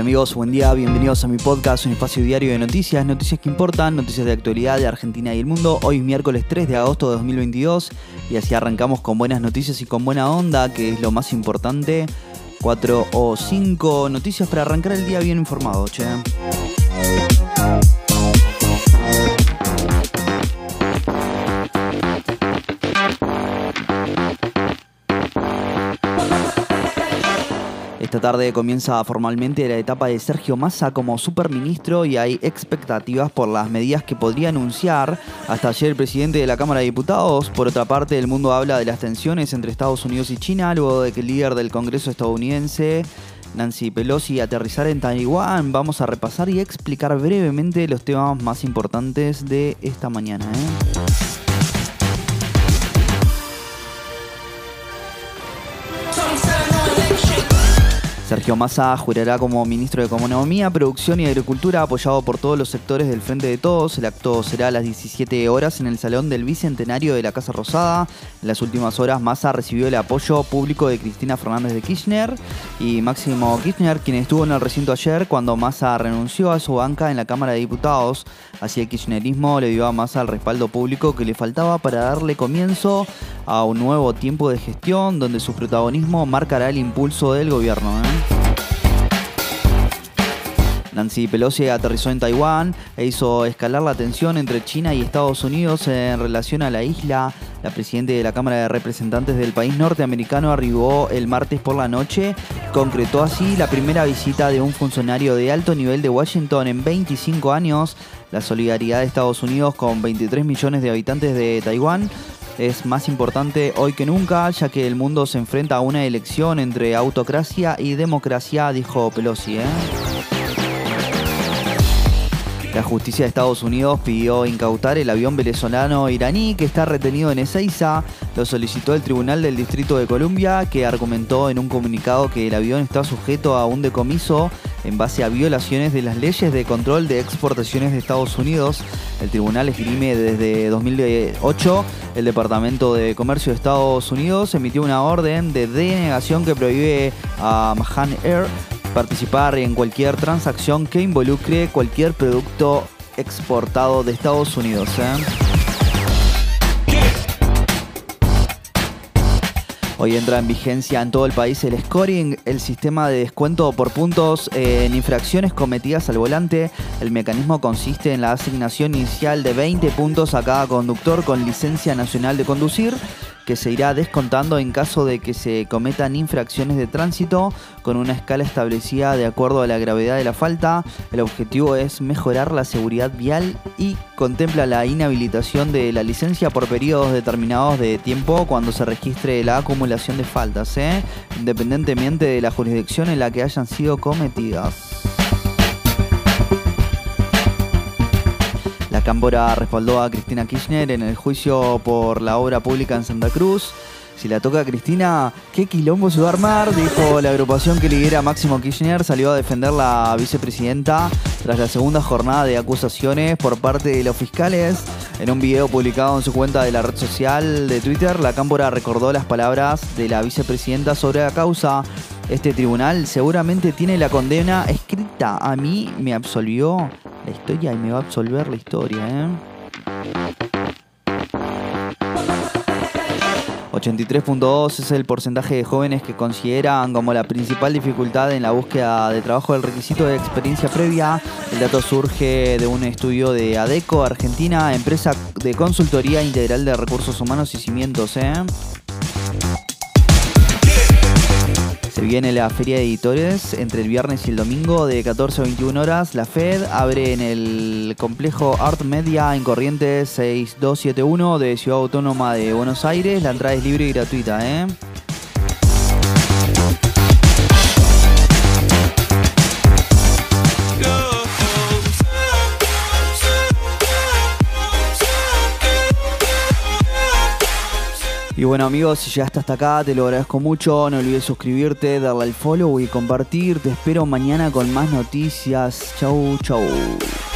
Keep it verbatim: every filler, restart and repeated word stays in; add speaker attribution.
Speaker 1: amigos, buen día, bienvenidos a mi podcast, un espacio diario de noticias, noticias que importan, noticias de actualidad de Argentina y el mundo. Hoy es miércoles tres de agosto de dos mil veintidós y así arrancamos con buenas noticias y con buena onda, que es lo más importante. Cuatro o cinco noticias para arrancar el día bien informado, che. Esta tarde comienza formalmente la etapa de Sergio Massa como superministro y hay expectativas por las medidas que podría anunciar. Hasta ayer el presidente de la Cámara de Diputados. Por otra parte, el mundo habla de las tensiones entre Estados Unidos y China luego de que el líder del Congreso estadounidense, Nancy Pelosi, aterrizara en Taiwán. Vamos a repasar y explicar brevemente los temas más importantes de esta mañana, ¿eh? Sergio Massa jurará como ministro de Economía, Producción y Agricultura, apoyado por todos los sectores del Frente de Todos. El acto será a las diecisiete horas en el Salón del Bicentenario de la Casa Rosada. En las últimas horas, Massa recibió el apoyo público de Cristina Fernández de Kirchner y Máximo Kirchner, quien estuvo en el recinto ayer cuando Massa renunció a su banca en la Cámara de Diputados. Así el kirchnerismo le dio a Massa el respaldo público que le faltaba para darle comienzo a un nuevo tiempo de gestión donde su protagonismo marcará el impulso del gobierno, ¿eh? Nancy Pelosi aterrizó en Taiwán e hizo escalar la tensión entre China y Estados Unidos en relación a la isla. La presidenta de la Cámara de Representantes del país norteamericano arribó el martes por la noche. Concretó así la primera visita de un funcionario de alto nivel de Washington en veinticinco años. La solidaridad de Estados Unidos con veintitrés millones de habitantes de Taiwán es más importante hoy que nunca, ya que el mundo se enfrenta a una elección entre autocracia y democracia, dijo Pelosi, ¿eh? La justicia de Estados Unidos pidió incautar el avión venezolano iraní que está retenido en Ezeiza. Lo solicitó el Tribunal del Distrito de Columbia, que argumentó en un comunicado que el avión está sujeto a un decomiso en base a violaciones de las leyes de control de exportaciones de Estados Unidos. El tribunal esgrime desde dos mil ocho. El Departamento de Comercio de Estados Unidos emitió una orden de denegación que prohíbe a Mahan Air participar en cualquier transacción que involucre cualquier producto exportado de Estados Unidos, ¿eh? Hoy entra en vigencia en todo el país el scoring, el sistema de descuento por puntos en infracciones cometidas al volante. El mecanismo consiste en la asignación inicial de veinte puntos a cada conductor con licencia nacional de conducir, que se irá descontando en caso de que se cometan infracciones de tránsito con una escala establecida de acuerdo a la gravedad de la falta. El objetivo es mejorar la seguridad vial y contempla la inhabilitación de la licencia por periodos determinados de tiempo cuando se registre la acumulación de faltas, ¿eh? independientemente de la jurisdicción en la que hayan sido cometidas. La Cámpora respaldó a Cristina Kirchner en el juicio por la obra pública en Santa Cruz. Si la toca a Cristina, ¿qué quilombo se va a armar? Dijo la agrupación que lidera Máximo Kirchner. Salió a defender la vicepresidenta tras la segunda jornada de acusaciones por parte de los fiscales. En un video publicado en su cuenta de la red social de Twitter, la Cámpora recordó las palabras de la vicepresidenta sobre la causa. Este tribunal seguramente tiene la condena escrita. A mí me absolvió la historia y me va a absolver la historia, ¿eh? ochenta y tres punto dos es el porcentaje de jóvenes que consideran como la principal dificultad en la búsqueda de trabajo el requisito de experiencia previa. El dato surge de un estudio de ADECO, Argentina, empresa de consultoría integral de recursos humanos y cimientos, ¿eh? Se viene la Feria de Editores entre el viernes y el domingo de catorce a veintiuna horas. La F E D abre en el complejo Art Media en Corrientes seis dos siete uno de Ciudad Autónoma de Buenos Aires. La entrada es libre y gratuita, ¿eh? Y bueno amigos, si llegaste hasta acá te lo agradezco mucho, no olvides suscribirte, darle al follow y compartir. Te espero mañana con más noticias. Chau, chau.